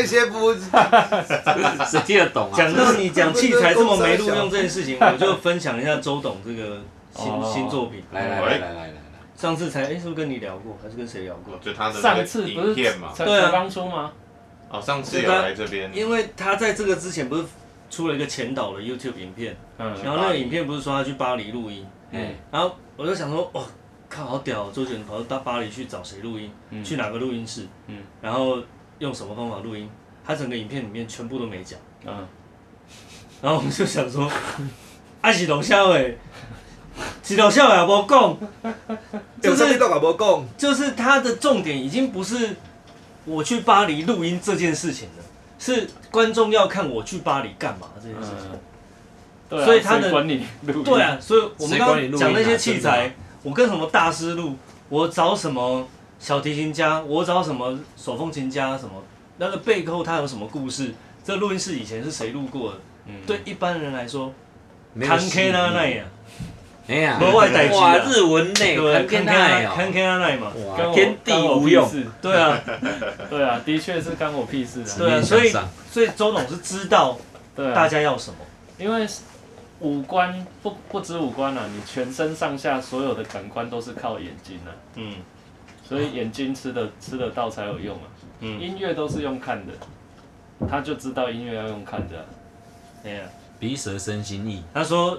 些不， 谁听得懂啊？ 讲到你讲器材这么没录用这件事情，我就分享一下周董这个新作品。 来， 上次才是不是跟你聊过，还是跟谁聊过？ 就他的上次不是影片嘛。 才刚出吗？ 哦，上次有来这边， 因为他在这个之前不是出了一个前导的 YouTube 影片，然后那个影片不是说他去巴黎录音，然后我就想说，哦，靠，好屌，周杰伦跑到巴黎去找谁录音，去哪个录音室，然后用什么方法录音，他整个影片里面全部都没讲，然后我们就想说，啊是龙小诶，是龙小也无讲，就是他的重点已经不是我去巴黎录音这件事情了，是观众要看我去巴黎干嘛这件事情。 对啊， 所以他的管你录音， 对啊，所以我们刚刚讲那些器材，我跟什么大师录，我找什么小提琴家，我找什么手风琴家，什么那个背后他有什么故事？这录音室以前是谁录过的？对一般人来说，看 K 那奈呀， 哎呀， 国外代哇，日文呢，看奈哦， 看 K 那奈嘛， 天地无用， 对啊， 对啊，的确是干我屁事的， 对啊，所以周董是知道大家要什么， 因为五官不止五官啊，你全身上下所有的感官都是靠眼睛啊，所以眼睛吃得到才有用啊，音乐都是用看的，他就知道音乐要用看的， 哎呀， 鼻舌身心意。 他说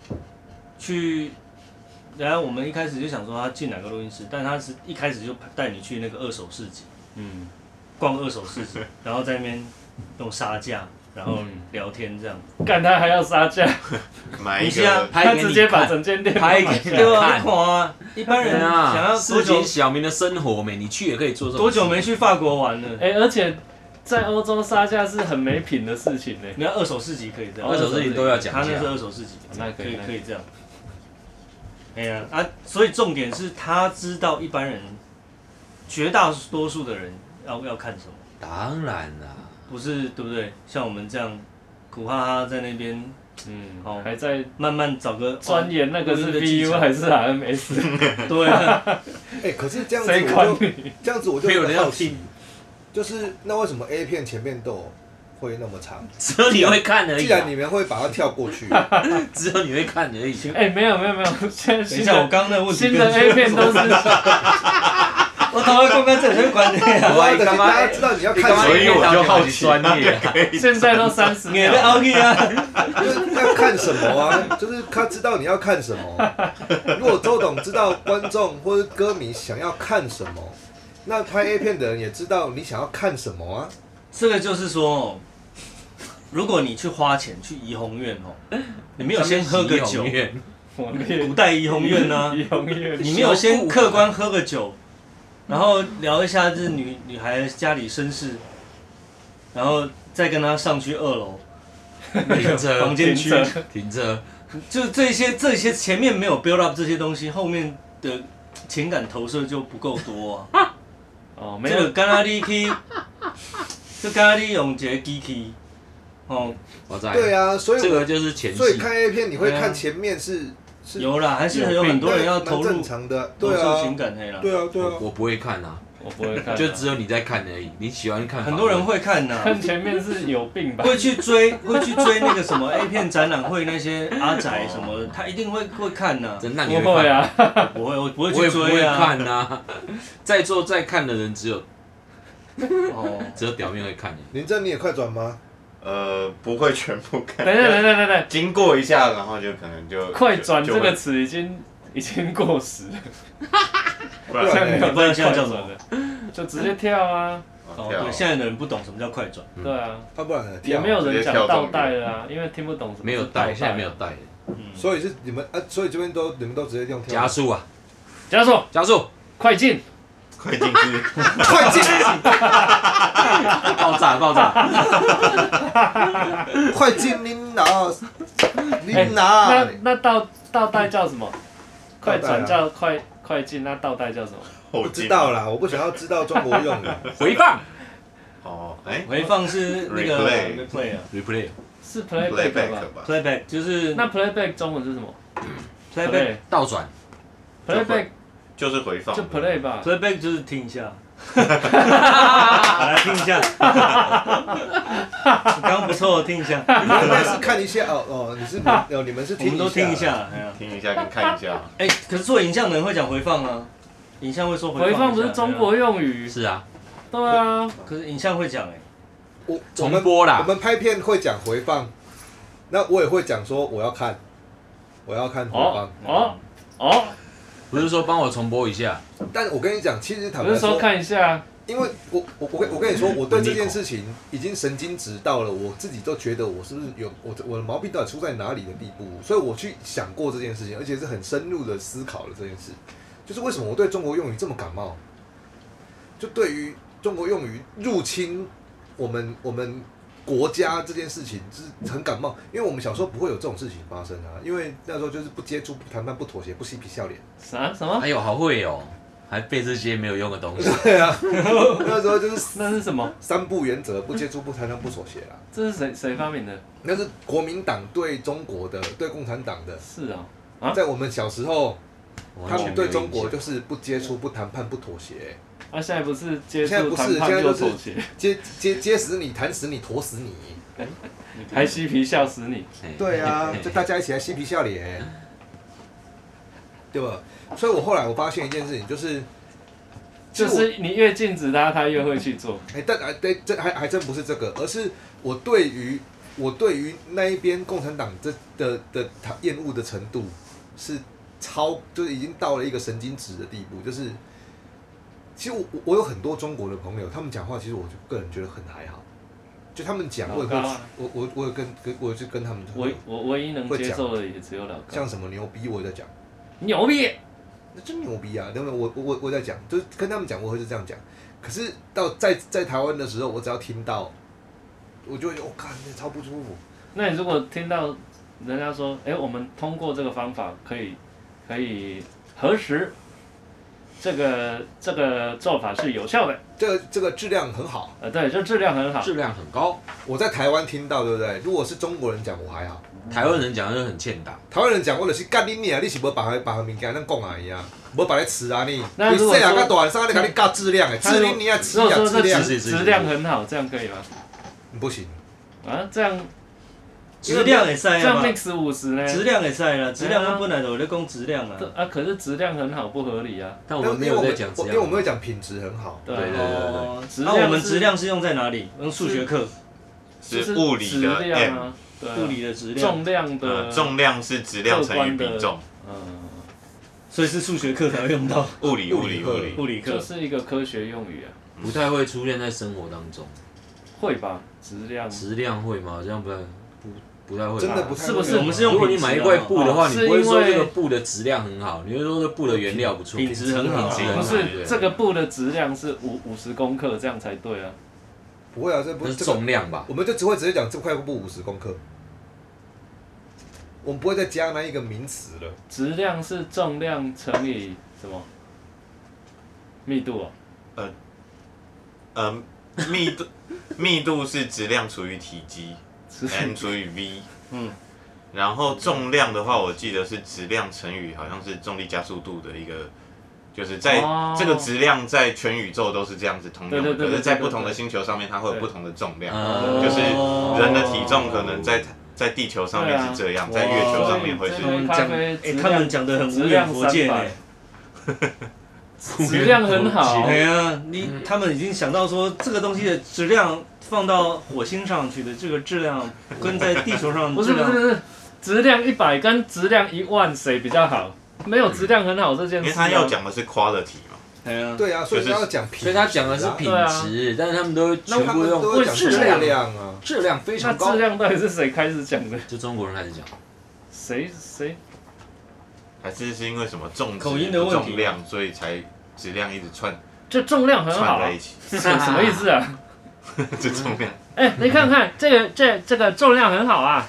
然后我们一开始就想说他进哪个录音室，但他是一开始就带你去那个二手市集，逛二手市集，然后在那边用杀价，然后聊天这样。 干他还要杀价， 买一个， 他直接把整间店拍给你看。 看啊，一般人想要市井小民的生活没，你去也可以做这种。 多久没去法国玩了？ 而且在欧洲杀价是很没品的事情呢。 你看二手市集可以这样， 二手市集都要讲。 他那是二手市集， 那可以这样。哎呀所以重点是他知道一般人，绝大多数的人要看什么。 当然啦， 不是对不对？像我们这样苦哈哈在那边， 还在慢慢找个钻研那个是 BU 还是 RMS？ 对啊， 可是这样子我就没有人要听， 就是那为什么 A 片前面都会那么长？ 只有你会看而已。 既然你们会把它跳过去， 只有你会看而已。 没有，现在等一下，我刚刚那个问题新的 A 片都是。 我头发刚刚这些关键啊！大家知道你要看什么， 所以我就好奇专业。 现在都30秒， 你被凹去啊！ 就是要看什么啊？就是他知道你要看什么。如果周董知道观众或者歌迷想要看什么，那拍 A 片的人也知道你想要看什么啊。 这个就是说，如果你去花钱去怡红院你没有先喝个酒，古代怡红院呢，你没有先客观喝个酒。然后聊一下这女孩家里身世，然后再跟她上去2楼， 停车房间区停车， 就这些前面没有 build up 这些东西，后面的情感投射就不够多啊。 没有。 这个刚刚你去，就刚刚你用一个机器， 对啊，所以这个就是前戏。 所以看 A 片你会看前面是。 有啦，还是有很多人要投入正常的， 投入情感黑啦。 对啊。 我不会看啊， 我不会看， 就只有你在看而已。你喜欢看？ 很多人会看呐， 看前面是有病吧？ 会去追那个什么 A 片展览会那些阿宅什么的，他一定会看呐。 真的你会啊？ 我不会去追啊。 看呐，在座在看的人只有表面会看。 林正你也快转吗？ 不会全部看。 等， 经过一下，然后就可能就快转这个词已经过时了。 不然现在叫什么？ 就直接跳啊！ 对，现在的人不懂什么叫快转。 对啊， 不然也没有人讲倒带了啊，因为听不懂什么。 没有带，现在没有带。 所以是你们所以这边你们都直接用跳。 加速啊！ 加速，快进。 快进！ 爆炸！ 快进！您拿！ 那倒带叫什么？快转叫快进，那倒带叫什么？ 不知道啦，我不想要知道中国用的。 回放。 回放是那个 replay 是 playback 吧 ？playback 就是那 playback 中文是什么 ？playback 倒转。 playback 就是回放， 就 play 吧。 playback 就是听一下。 来听一下，刚刚不错，听一下。 你们应该是看一下你们是听一下， 我们都听一下， 听一下跟看一下。 哎，可是做影像的人会讲回放啊，影像会说回放不是中国用语？ 是啊， 对啊， 可是影像会讲重播啦。 我们拍片会讲回放，那我也会讲说我要看回放。 不是说帮我重播一下， 但我跟你讲，其实坦不是说白说， 看一下， 因为我跟你说，我对这件事情已经神经质到了，我自己都觉得我是不是有我的毛病到底出在哪里的地步，所以我去想过这件事情，而且是很深入的思考了这件事，就是为什么我对中国用语这么感冒，就对于中国用语入侵我们国家这件事情是很感冒，因为我们小时候不会有这种事情发生啊，因为那时候就是不接触、不谈判、不妥协、不嬉皮笑脸。 什么？ 哎呦，好会哦，还背这些没有用的东西。 对啊，那时候就是那是什么 ？3不原则：不接触、不谈判、不妥协啦。 这是谁发明的？ 那是国民党对中国的、对共产党的。 是啊， 在我们小时候，他们对中国就是不接触、不谈判、不妥协。 现在不是接现在不是， 触谈判现在就是又妥协， 接死你、谈死你、妥死你。 还嬉皮笑死你。 对啊，就大家一起来嬉皮笑脸，对吧？所以我后来发现一件事情，就是你越禁止他，他越会去做。 这还真不是这个，而是我对于那一边共产党的厌恶的程度是就是已经到了一个神经质的地步，就是其实我有很多中国的朋友，他们讲话其实我就个人觉得很还好。就他们讲，我有去跟他们， 我唯一能接受的也只有老高。 像什么牛逼，我在讲。 牛逼， 那真牛逼啊！对不对？我在讲，就是跟他们讲，我会是这样讲。可是在台湾的时候，我只要听到，我就会我靠，那超不舒服。 那你如果听到人家说，我们通过这个方法可以核实这个做法是有效的。 这个质量很好。 对，就质量很好， 质量很高。 我在台湾听到，对不对？如果是中国人讲，我还好。 台湾人讲就很欠打。 台湾人讲，我就是干你娘！你是无把物件咱讲啊伊啊，无把你吃啊你。 你细汉到大汉，你甲你教质量诶，质量你啊吃啊质量。 质量很好，这样可以吗？ 不行。 啊，这样。 质量会使啊， 这样 mix 50呢？ 质量会使啦，质量我本来就在讲质量啊。 可是质量很好不合理啊。 但我们没有在讲质量， 因为我们会讲品质很好。 对。 那我们质量是用在哪里？用数学课。 是物理的 M， 物理的质量。 重量的。 重量是质量乘以比重。 所以是数学课才会用到。 物理课。 就是一个科学用语啊。 不太会出现在生活当中。 会吧？质量会吗？这样不太会吧， 真的不太会。 是不是？我们是用如果你买一块布的话，你不会说这个是布的质量很好，你会说这布的原料不错， 品质很好。 不是这个布的质量是50公克，这样才对啊。 不会啊，这不是重量吧？ 我们就只会直接讲这块布50公克，我们不会再加那一个名词了。 质量是重量乘以什么？密度哦。密度是质量除以体积。M 除以 V， 然后重量的话，我记得是质量乘以好像是重力加速度的一个，就是在这个质量在全宇宙都是这样子通用的，可是在不同的星球上面它会有不同的重量，就是人的体重可能在地球上面是这样，在月球上面会是他们讲的很无远佛界呢。 质量很好。 对啊，他们已经想到说这个东西的质量放到火星上去的这个质量跟在地球上不是质量100跟质量10000谁比较好？没有质量很好这件事。因为他要讲的是 quality 嘛。 对啊，所以他要讲品质。 所以他讲的是品质，但是他们都全部用质量啊， 质量非常高。 那质量到底是谁开始讲的？ 就中国人开始讲。 谁？ 还是因为什么口音的问题， 重量，所以才质量一直串。 这重量很好。 串在一起。 什么意思啊？ 这重量。 你看看这个重量很好啊。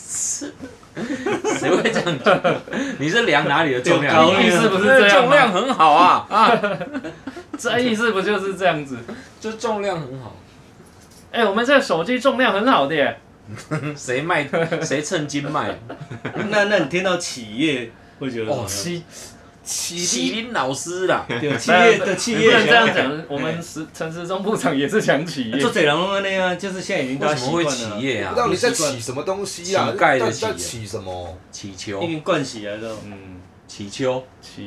谁会这样讲？你是量哪里的重量？ 意思不是这样吗？ 重量很好啊！ 这意思不就是这样子？ 就重量很好。 我们这个手机重量很好的耶。 谁趁机卖？ 那你听到企业会觉得启林老师啦， 对，企业的企业不能这样讲。我们陈时中部长也是讲企业， 做这人拢那样，就是现在已经大家习惯了。 为什么会企业啊？ 不知道你在起什么东西啊？ 乞丐的在起什么？ 祈求已。经惯习了都。 祈求。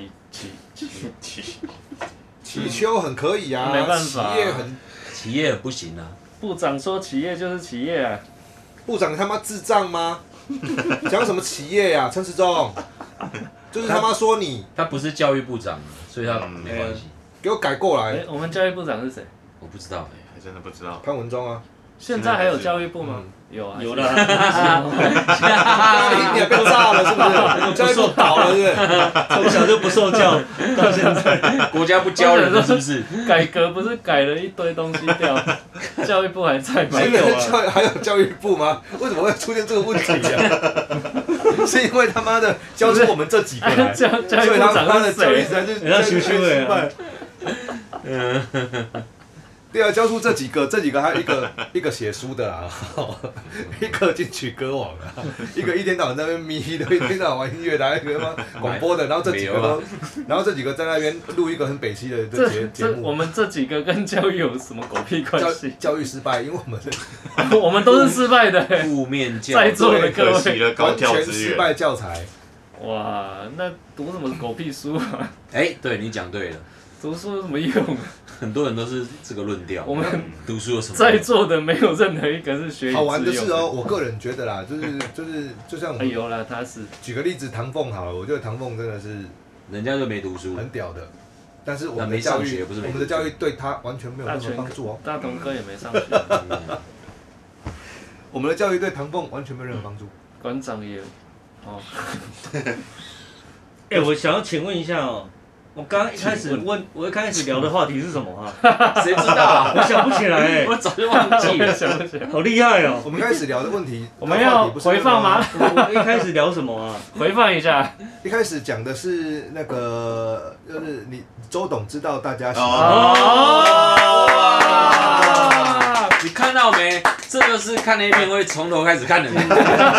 起秋很可以啊， 没办法企业不行啊。 部长说企业就是企业啊。 部长他妈智障吗？讲什么企业呀，陈时中？就是他妈说你， 他不是教育部长，所以他没关系。 给我改过来。 我们教育部长是谁？ 我不知道， 还真的不知道。 潘文忠啊。 现在还有教育部吗？有啊， 有了。 你也被炸了是不是？教育部倒了是不是？ 从小就不受教，到现在国家不教人了是不是？ 改革不是改了一堆东西掉，教育部还在吗？ 没有啊，还有教育部吗？为什么会出现这个问题啊？是因为他妈的教出我们这几个来， 教育部长是谁？ 要羞羞的。 对啊，教出这几个还有一个写书的啦，一个金曲歌王啊，一个一天到晚在那边咪的，一天到晚玩音乐的，还有一个他妈广播的，然后这几个在那边录一个很北西的节目。 我们这几个跟教育有什么狗屁关系？ 教育失败，因为我们都是失败的。 负面教育， 在座的各位完全失败教材。 哇，那读什么狗屁书啊？ 对你讲对了。 读书有什么用？ 很多人都是这个论调。 我们读书有什么？ 在座的没有任何一个是学以致用。 好玩的是我个人觉得啦，就像有啦，他是举个例子，唐凤好了，我觉得唐凤真的是人家就没读书， 很屌的。但是我们的教育，我们的教育对他完全没有任何帮助哦。 大同哥也没上学。 我们的教育对唐凤完全没有任何帮助。 馆长也我想要请问一下哦。我刚刚我一开始聊的话题是什么啊？ 谁知道啊？ 我想不起来我早就忘记了， 想不起来。 好厉害哦！ 我们开始聊的问题， 我们要回放吗？ 我一开始聊什么啊？ 回放一下。 一开始讲的是那个，就是你周董知道大家喜欢。 你看到没？这就是看 A 片会从头开始看的人。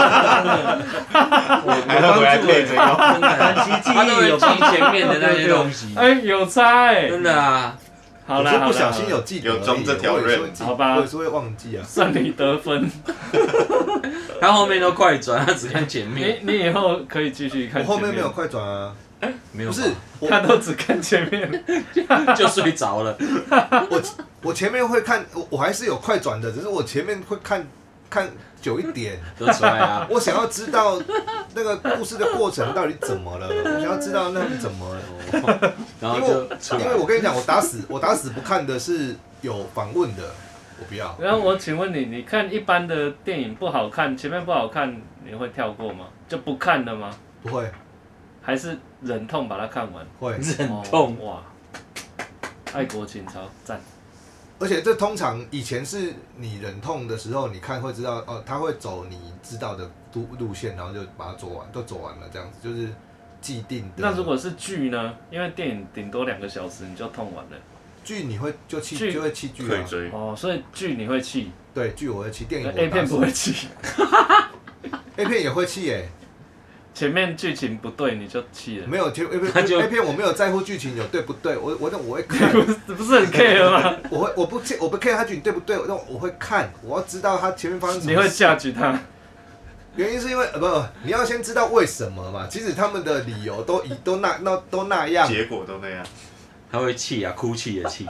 我回来配着用， 短期记忆有记前面的那些东西。 有差真的啊。 好啦，不小心有记得， 有中这条刃， 好吧， 我也是会忘记啊。 算你得分。 他后面都快转，他只看前面。 你以后可以继续看。 我后面没有快转啊。 没有。 不是， 他都只看前面， 就睡着了。 我前面会看，我还是有快转的，只是我前面会看久一点。 得出来啊！ 我想要知道那个故事的过程到底怎么了，我想要知道那怎么了。 然后就因为我跟你讲，我打死不看的是有访问的，我不要。 然后我请问你，你看一般的电影不好看，前面不好看，你会跳过吗？就不看了吗？ 不会。 还是忍痛把它看完？ 会。 忍痛哇！爱国情操，赞。 而且这通常以前是你忍痛的时候，你看会知道哦，他会走你知道的路线，然后就把它走完，都走完了这样子，就是既定的。 那如果是剧呢？因为电影顶多2个小时你就痛完了。 剧你会就会弃剧啊。 哦，所以剧你会弃？ 对，剧我会弃，电影 A 片不会弃。 A 片也会弃耶。 前面剧情不对你就弃了。 没有，A 片我没有在乎剧情有对不对，我会看。 不是很 care 吗？ 我不 care 他剧情对不对，我会看，我要知道他前面发生什么。 你会下举他？ 原因是因为不，你要先知道为什么嘛。其实他们的理由都那样， 结果都那样。 他会气啊，哭泣的气。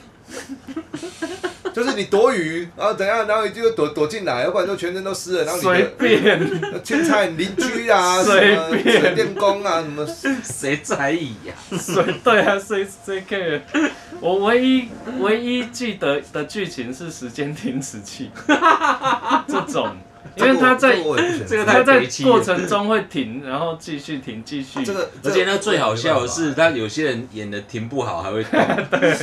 就是你躲雨，然后怎样，然后你就躲进来，要不然就全身都湿了，然后你随便青菜邻居啊，什么水电工啊，什么谁在意呀？ 对啊，谁 care？ 我唯一记得的剧情是时间停止器，这种。因为他在过程中会停，然后继续停，继续。 而且那最好笑的是，他有些人演的停不好还会动。 对。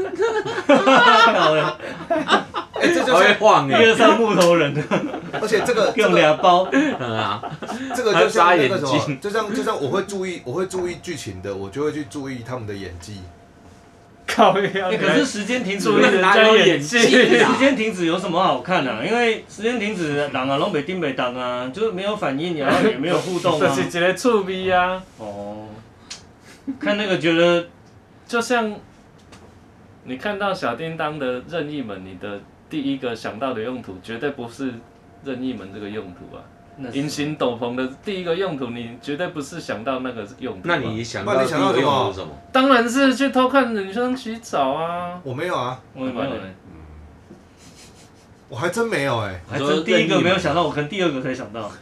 这就会晃哎。 1、2、3木头人。 而且这个用2包。 这个就像那个什么，就像我会注意剧情的，我就会去注意他们的演技。 靠呀！ 可是时间停止， 人家演技。 时间停止有什么好看啊？因为时间停止，人啊拢袂顶袂当啊，就是没有反应，然后也没有互动啊。 就是一个趣味啊。 哦。 看那个觉得， 就像你看到小叮当的任意门，你的第一个想到的用途绝对不是任意门这个用途啊。隐形斗篷的第一个用途，你绝对不是想到那个用途。 那你想到第一个用途是什么？ 当然是去偷看女生洗澡啊！ 我没有啊， 我也没有。 我还真没有还真第一个没有想到，我可能第二个才想到。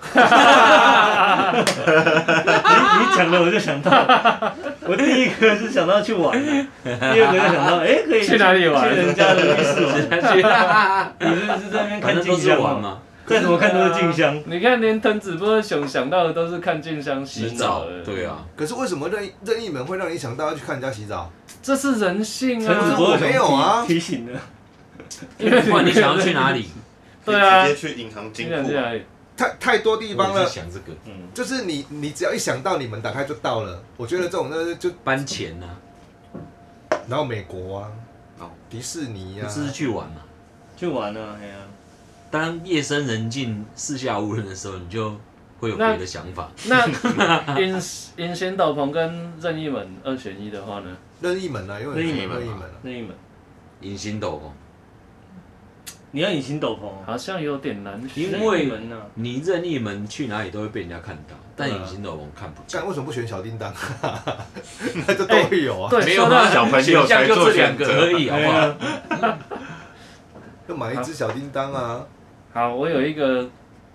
你讲了我就想到，我第一个是想到去玩，第二个就想到，可以去哪里玩？ 去人家的浴室玩。你是在那边看静香吗？再怎么看都是静香。 你看，连藤子不二雄想到的都是看静香洗澡。 对啊。 可是为什么任意门会让你想到要去看人家洗澡？ 这是人性啊！ 藤子不二雄没有啊， 提醒的。 不然你想要去哪里？ 对啊， 直接去银行金库。 太多地方了。 想这个， 就是你只要一想到，你们打开就到了。我觉得这种就搬钱啊， 然后美国啊，迪士尼啊， 是去玩啊， 去玩啊，哎呀。 当夜深人静、四下无人的时候，你就会有别的想法。 那隐形斗篷跟任意门2选1的话呢？ 任意门啊，因为任意门， 隐形斗篷。 你要隐形斗篷， 好像有点难选。 因为你任意门去哪里都会被人家看到，但隐形斗篷看不见。 为什么不选小叮当？那就都会有啊。 没有啊，小朋友才做选择而已，好不好？ 就买一只小叮当啊。 好，我有一个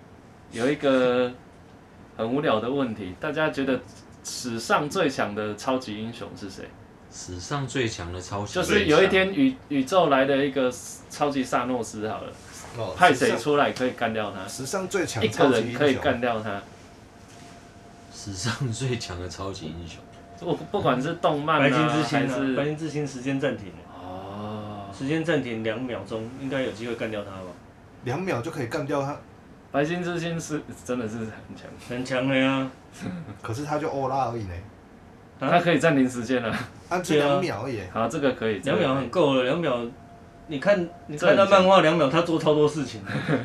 很无聊的问题，大家觉得史上最强的超级英雄是谁？ 史上最强的超级就是有一天宇宙来的一个超级萨诺斯好了，派谁出来可以干掉他？ 史上最强一个人可以干掉他。 史上最强的超级英雄， 不管是动漫白金之星还是白金之星时间暂停。时间暂停2秒钟，应该有机会干掉他吧 ？2秒就可以干掉他？ 白金之星是真的是很强， 很强的呀。 可是他就欧拉而已呢。 他可以暂停时间了。 这2秒而已。 好，这个可以。 2秒很够了，2秒。你看他漫画2秒，他做超多事情。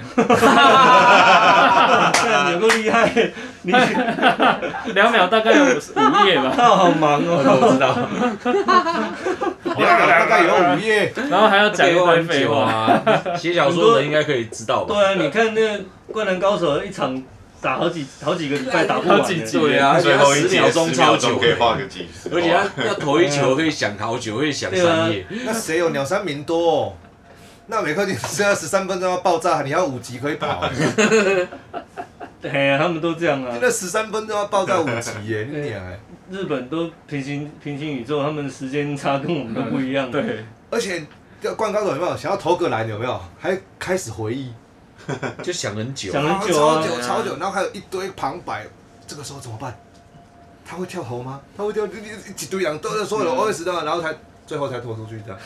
有够厉害！你 2秒大概有5页吧。 他好忙哦， 我知道。 2秒大概有5页， 然后还要讲一堆废话。 写小说的人应该可以知道吧？ 对啊，你看那个《灌篮高手》一场打好几个礼拜打不完。 好几集。 对啊， 最后1 秒钟超久， 可以画个几十。 而且他要投一球可以想好久，可以想3页。 那谁有鸟山明多？那每颗你剩下13分钟要爆炸，你要5集可以跑。 对呀，他们都这样啊。 那13分钟要爆炸5集耶，你娘！ 日本都平行宇宙，他们的时间差跟我们都不一样。 对。 而且灌高手有没有想要投个篮有没有？还开始回忆， 就想很久， 想很久啊， 超久，然后还有一堆旁白，这个时候怎么办？他会跳投吗？他会跳一堆人都是所有的 OS 的，然后最后才拖出去这样。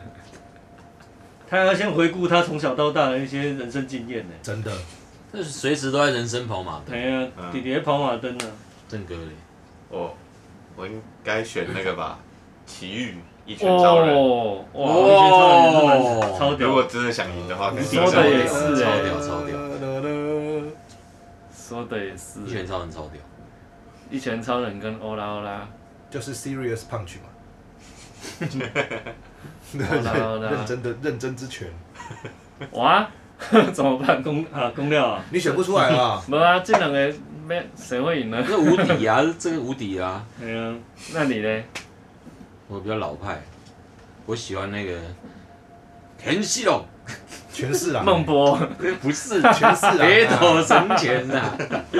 他要先回顾他从小到大的一些人生经验呢。 真的。 这随时都在人生跑马灯。 对啊，弟弟在跑马灯啊。 郑哥嘞。 我应该选那个吧，奇遇一拳超人。 哇，一拳超人也是超屌。 如果真的想赢的话， 说的也是超屌超屌。 说的也是。 一拳超人超屌。 一拳超人跟欧拉就是 serious punch 嘛。认真之拳。 哇，怎么办？ 公料啊！ 你选不出来啊？ 没啊，这2个谁会赢呢？ 这无敌啊，这个无敌啊。 对啊。 那你呢？ 我比较老派，我喜欢那个田西龙。 权势啊。 孟波。 不是权势啊。北斗神拳呐。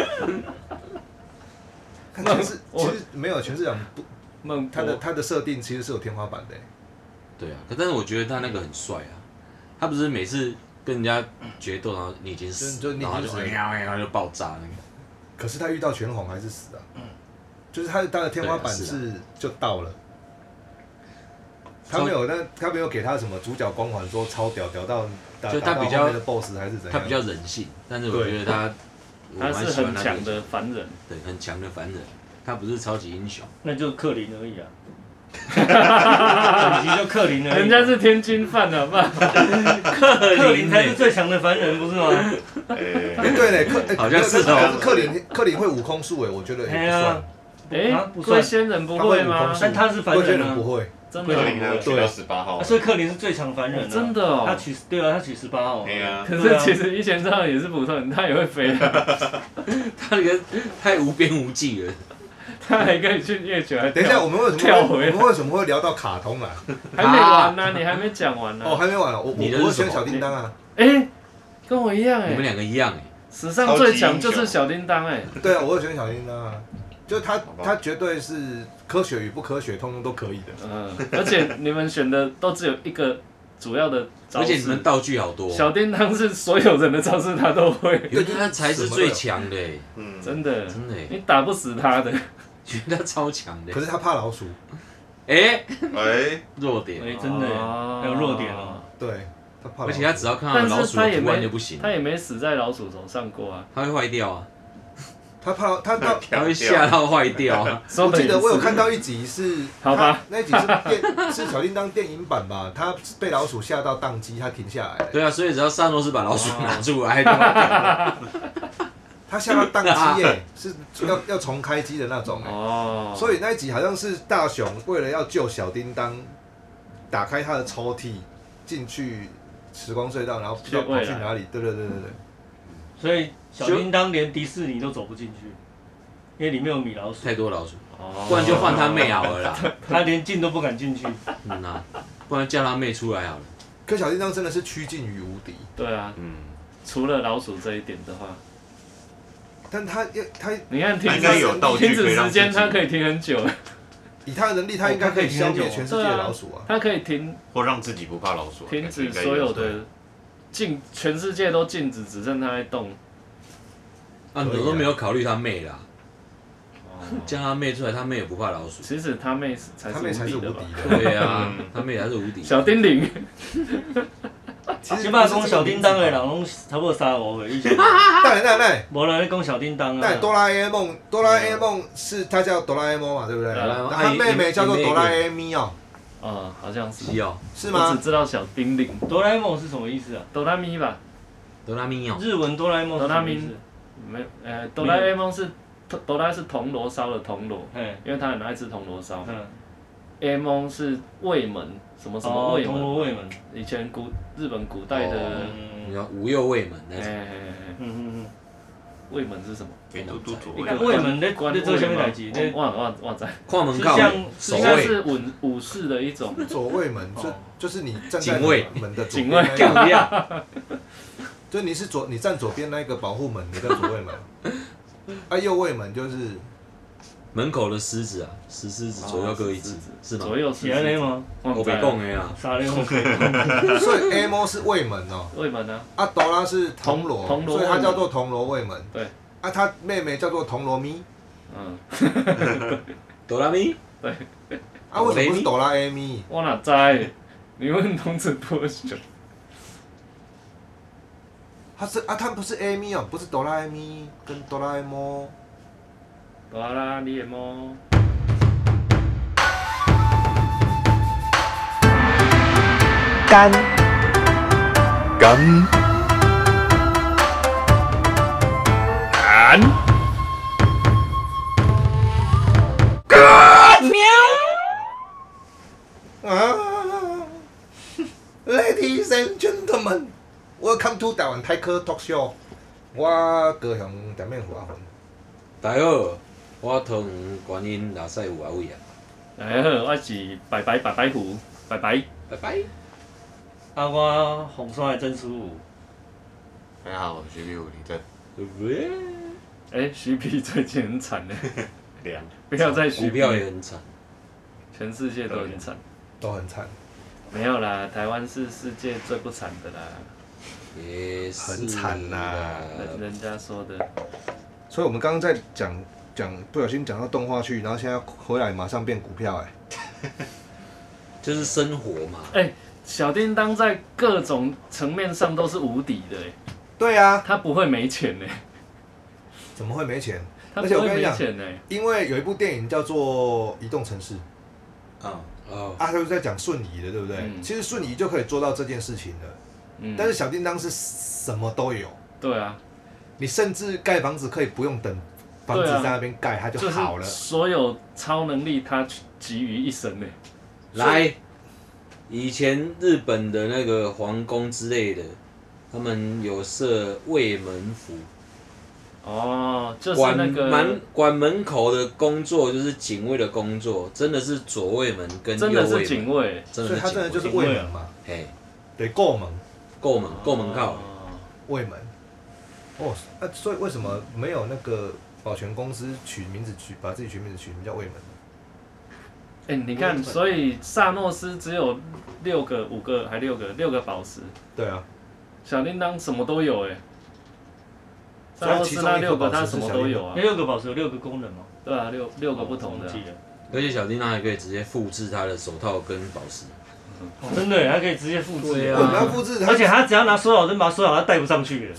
权势其实没有权势长不。他的设定其实是有天花板的。 对啊，但是我觉得他那个很帅啊，他不是每次跟人家决斗，然后你已经死，然后就爆炸那个。 可是他遇到拳皇还是死啊，就是他的天花板是就到了。他没有给他什么主角光环，说超屌到就他比较的 BOSS 还是怎样？ 他比较人性，但是我觉得他是很强的凡人， 对，很强的凡人，他不是超级英雄， 那就克林而已啊。等级就克林而已。 人家是天津饭的吧？ 克林才是最强的凡人，不是吗？ 对嘞， 好像是哦。 克林会悟空术哎，我觉得也不算。 龟仙人不会吗？ 但他是凡龟仙人啊， 人不会， 真的克林还有取到18号， 所以克林是最强凡人啊， 真的哦。 他取18号。 对啊。 可是其实一拳超人也是普通人，他也会飞啊， 他那个太无边无际了。 他还可以去月球。 等一下，我们为什么会聊到卡通啊？ 还没完呢，你还没讲完呢。 哦，还没完了，我喜欢小叮当啊。 哎，跟我一样哎。 你们两个一样哎。 史上最强就是小叮当哎。 对啊，我也喜欢小叮当啊。就他绝对是科学与不科学，通通都可以的。 而且你们选的都只有一个主要的招式， 而且你们道具好多。 小叮当是所有人的招式他都会， 因为他才是最强的， 真的， 你打不死他的， 觉得他超强的。 可是他怕老鼠。 弱点。 真的还有弱点哦。 对，他怕老鼠。 而且他只要看到老鼠的图案就不行。 他也没死在老鼠手上过啊。 他会坏掉啊。 他会吓到坏掉啊！ 我记得我有看到一集是， 好吧， 那一集是小叮当电影版吧？他被老鼠吓到宕机，他停下来。 对啊，所以只要萨诺斯把老鼠拿出来， 他吓到宕机耶，是要重开机的那种哎。所以那一集好像是大雄为了要救小叮当，打开他的抽屉进去时光隧道，然后不知道跑去哪里。对。 所以小叮当连迪士尼都走不进去，因为里面有米老鼠， 太多老鼠，不然就换他妹好了啦。 他连进都不敢进去。 不然叫他妹出来好了。 可小叮当真的是趋近于无敌。 对啊，除了老鼠这一点的话， 但他你看停止时间，他可以停很久。 以他的能力，他应该可以消灭全世界的老鼠啊！ 他可以停， 或让自己不怕老鼠， 停止所有的。全世界都静止，只剩他在动。 你都没有考虑他妹啦。叫他妹出来，他妹也不怕老鼠。 其实他妹才是无敌的吧？ 对啊，他妹才是无敌。 小叮铃。 起码讲小叮当的人拢差不多35岁以前。 对。 无人咧讲小叮当啊。 哆啦 A 梦是他叫哆啦 A 梦嘛，对不对？他妹妹叫做哆啦 A 咪哦。 好像是。 是吗？ 我只知道小叮铃。 哆啦 A 梦是什么意思啊？ 哆啦咪吧。 哆啦咪哦。 日文哆啦 A 梦是什么意思？ 没，哆啦 A 梦是哆啦是铜锣烧的铜锣，因为他很爱吃铜锣烧。A 梦是卫门，什么卫门？ 铜锣卫门。 以前日本古代的。 无右卫门那种。 卫门是什么？ 给嘟嘟左卫门在做什么代志？ 我知。 跨门靠守卫。应该是武士的一种。 左卫门就是你站在门的左边。 警卫。 就你站左边那个保护门，你叫左卫门。右卫门就是门口的狮子啊，石狮子左右各一只，是吗？ 左右是安尼吗？ 我没讲的啦。 所以 A 梦是卫门哦。 卫门啊。 哆啦是铜锣，所以它叫做铜锣卫门。 对。 他妹妹叫做铜锣咪。 哆啦咪。 对。 为什么不是哆啦 A 咪？ 我哪知？你问童子波雄。 他不是 A 咪哦，不是哆啦 A 咪跟哆啦 A 梦。 哆啦 A 梦。 干。Ladies and gentlemen, welcome to 台湾台科 Talk Show。我高雄店面华魂。 大家好，我桃园观音拉塞有阿伟啊。 大家好，我是白虎，拜拜。 我红山的曾师傅。 大家好，我是徐屁股李正。 徐屁最近很惨呢。 凉。 不要再徐屁。 股票也很惨。 全世界都很惨。 都很惨。 没有啦，台湾是世界最不惨的啦。 也是。 很惨啦。 人家说的。 所以我们刚刚在讲，不小心讲到动画去，然后现在回来马上变股票就是生活嘛。 小叮当在各种层面上都是无敌的对啊。 他不会没钱怎么会没钱？ 他不会没钱因为有一部电影叫做《移动城市》。他就是在讲瞬移的，对不对？其实瞬移就可以做到这件事情了。但是小叮当是什么都有。 对啊。 你甚至盖房子可以不用等房子在那边盖，它就好了。 所有超能力它集于一身呢。 来，以前日本的那个皇宫之类的，他们有设卫门府。 哦，就是那个管门口的工作就是警卫的工作，真的是左卫门跟右卫门， 真的是警卫， 所以它真的就是卫门嘛。 嘿， 对，够门靠卫门。哦，所以为什么没有那个保全公司把自己取名字取名叫卫门呢？ 你看，所以萨诺斯只有5个还6个宝石。 对啊， 小叮当什么都有萨诺斯那6个他什么都有啊。 那6个宝石有6个功能吗？ 对啊，6个不同的。 而且小叮当还可以直接复制他的手套跟宝石。 真的，他可以直接复制。 对啊，要复制， 而且他只要拿缩小灯把它缩小，他带不上去了。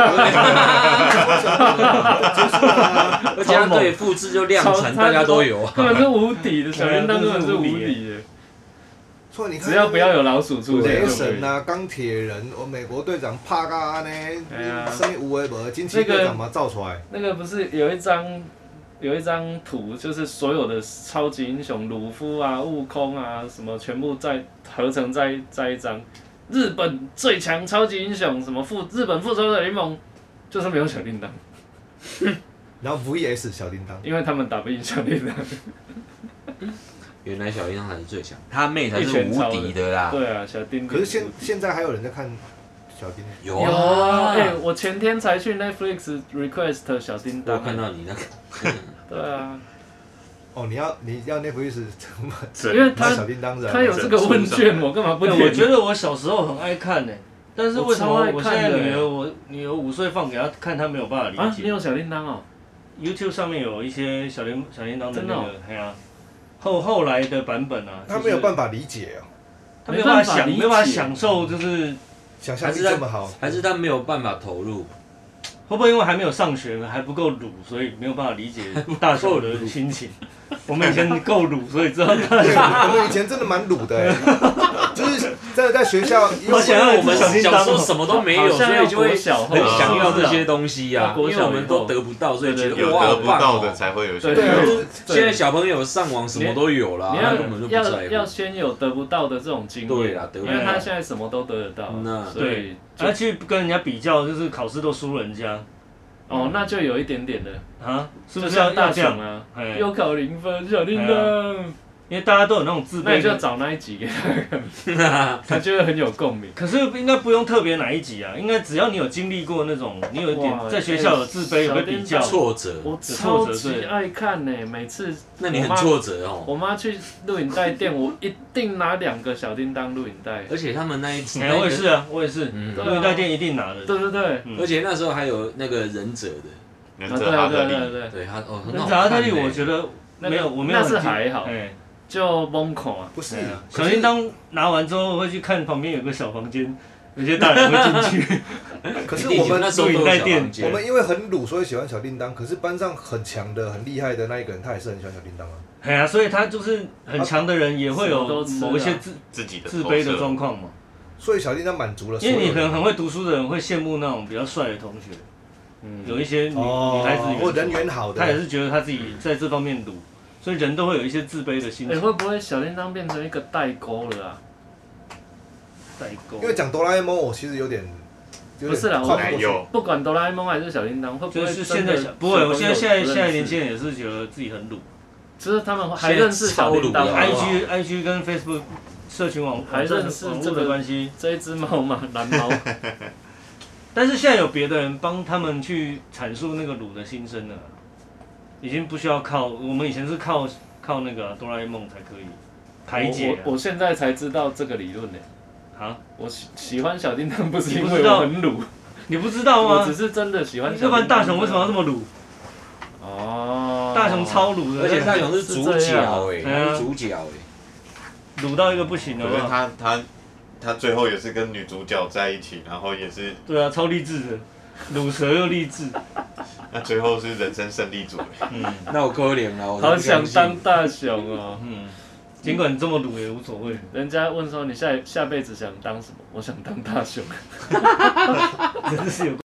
而且他可以复制就量产，大家都有啊。 根本是无敌的，小叮当根本是无敌的。 所以你看， 只要不要有老鼠出现。 雷神啊，钢铁人，美国队长帕嘎呢，什么有为无，惊奇队长嘛造出来。 那个不是有一张图，就是所有的超级英雄，鲁夫啊、悟空啊，什么全部合成在一张。日本最强超级英雄，什么日本复仇者联盟，就是没有小叮当。 然后 VS 小叮当， 因为他们打不赢小叮当。 原来小叮当才是最强，他妹才是无敌的啦。 对啊，小叮当。 可是现在还有人在看小叮当？ 有啊， 我前天才去 Netflix request 小叮当。 我看到你那个。 对啊。 哦，你要 Netflix 因为他有这个问卷，我干嘛不填？ 我觉得我小时候很爱看呢，但是为什么我现在女儿5岁放给她看，她没有办法理解。 啊，你有小叮当哦 ？YouTube 上面有一些小叮当的那个，哎呀，后来的版本啊， 他没有办法理解哦， 他没有办法享受，就是想象力这么好， 还是他没有办法投入？ 会不会因为还没有上学，还不够鲁，所以没有办法理解大雄的心情？我们以前够鲁，所以知道大雄。 我们以前真的蛮鲁的，就是真的在学校， 我们小时候什么都没有，所以就会很想要这些东西啊，因为我们都得不到，所以觉得哇， 得不到的才会有。 对，现在小朋友上网什么都有啦，他根本就不在乎。 要先有得不到的这种经验， 对啦， 因为他现在什么都得得到，所以他去跟人家比较，就是考试都输人家。 哦，那就有一点点的啊，是不是要大奖啊？又考0分，小叮当。 因为大家都有那种自卑， 那你就找那一集给他看，他就会很有共鸣。 可是应该不用特别哪一集啊，应该只要你有经历过那种，你有一点在学校有自卑、有被比较、 挫折， 我超级爱看呢，每次。 那你很挫折哦。 我妈去录影带店，我一定拿2个小叮当录影带。 而且他们那一集， 我也是啊，我也是，录影带店一定拿的。 对对对， 而且那时候还有那个忍者的， 忍者哈特利， 对他哦， 忍者哈特利，我觉得没有，我没有， 那是还好。就懵孔啊， 不是小叮当拿完之后会去看旁边有个小房间，有些大人会进去。 可是我们那时候录影带店， 我们因为很鲁，所以喜欢小叮当。可是班上很强的、很厉害的那一个人，他也是很喜欢小叮当啊。 哎呀，所以他就是很强的人，也会有某一些自己的自卑的状况嘛。 所以小叮当满足了。 因为你可能很会读书的人会羡慕那种比较帅的同学，有一些女孩子或人缘好的， 他也是觉得他自己在这方面鲁。所以人都会有一些自卑的心情。 会不会小叮当变成一个代沟了啊？ 代沟。 因为讲哆啦 A 梦，我其实有点不是啦，不管哆啦 A 梦还是小叮当，会不会就是现在不会？我现在年轻人也是觉得自己很鲁， 只是他们还认识小叮当 ，IG 跟 Facebook 社群网还认识这个关系， 这一只猫嘛，蓝猫。 但是现在有别的人帮他们去阐述那个鲁的心声了。已经不需要靠，我们以前是靠那个哆啦 A 梦才可以排解。 我现在才知道这个理论呢。 啊？ 我喜欢小叮当不是因为我很鲁， 你不知道吗？ 我只是真的喜欢小叮当。 要不然大雄为什么要这么鲁？ 哦。 大雄超鲁的， 而且大雄是主角哎，他是主角哎， 鲁到一个不行了。 可是他最后也是跟女主角在一起，然后也是。 对啊，超励志的。鲁蛇又励志， 那最后是人生胜利组。 那我可怜了，我好想当大雄哦。 尽管这么鲁也无所谓。 人家问说你下辈子想当什么？我想当大雄。 真的是有。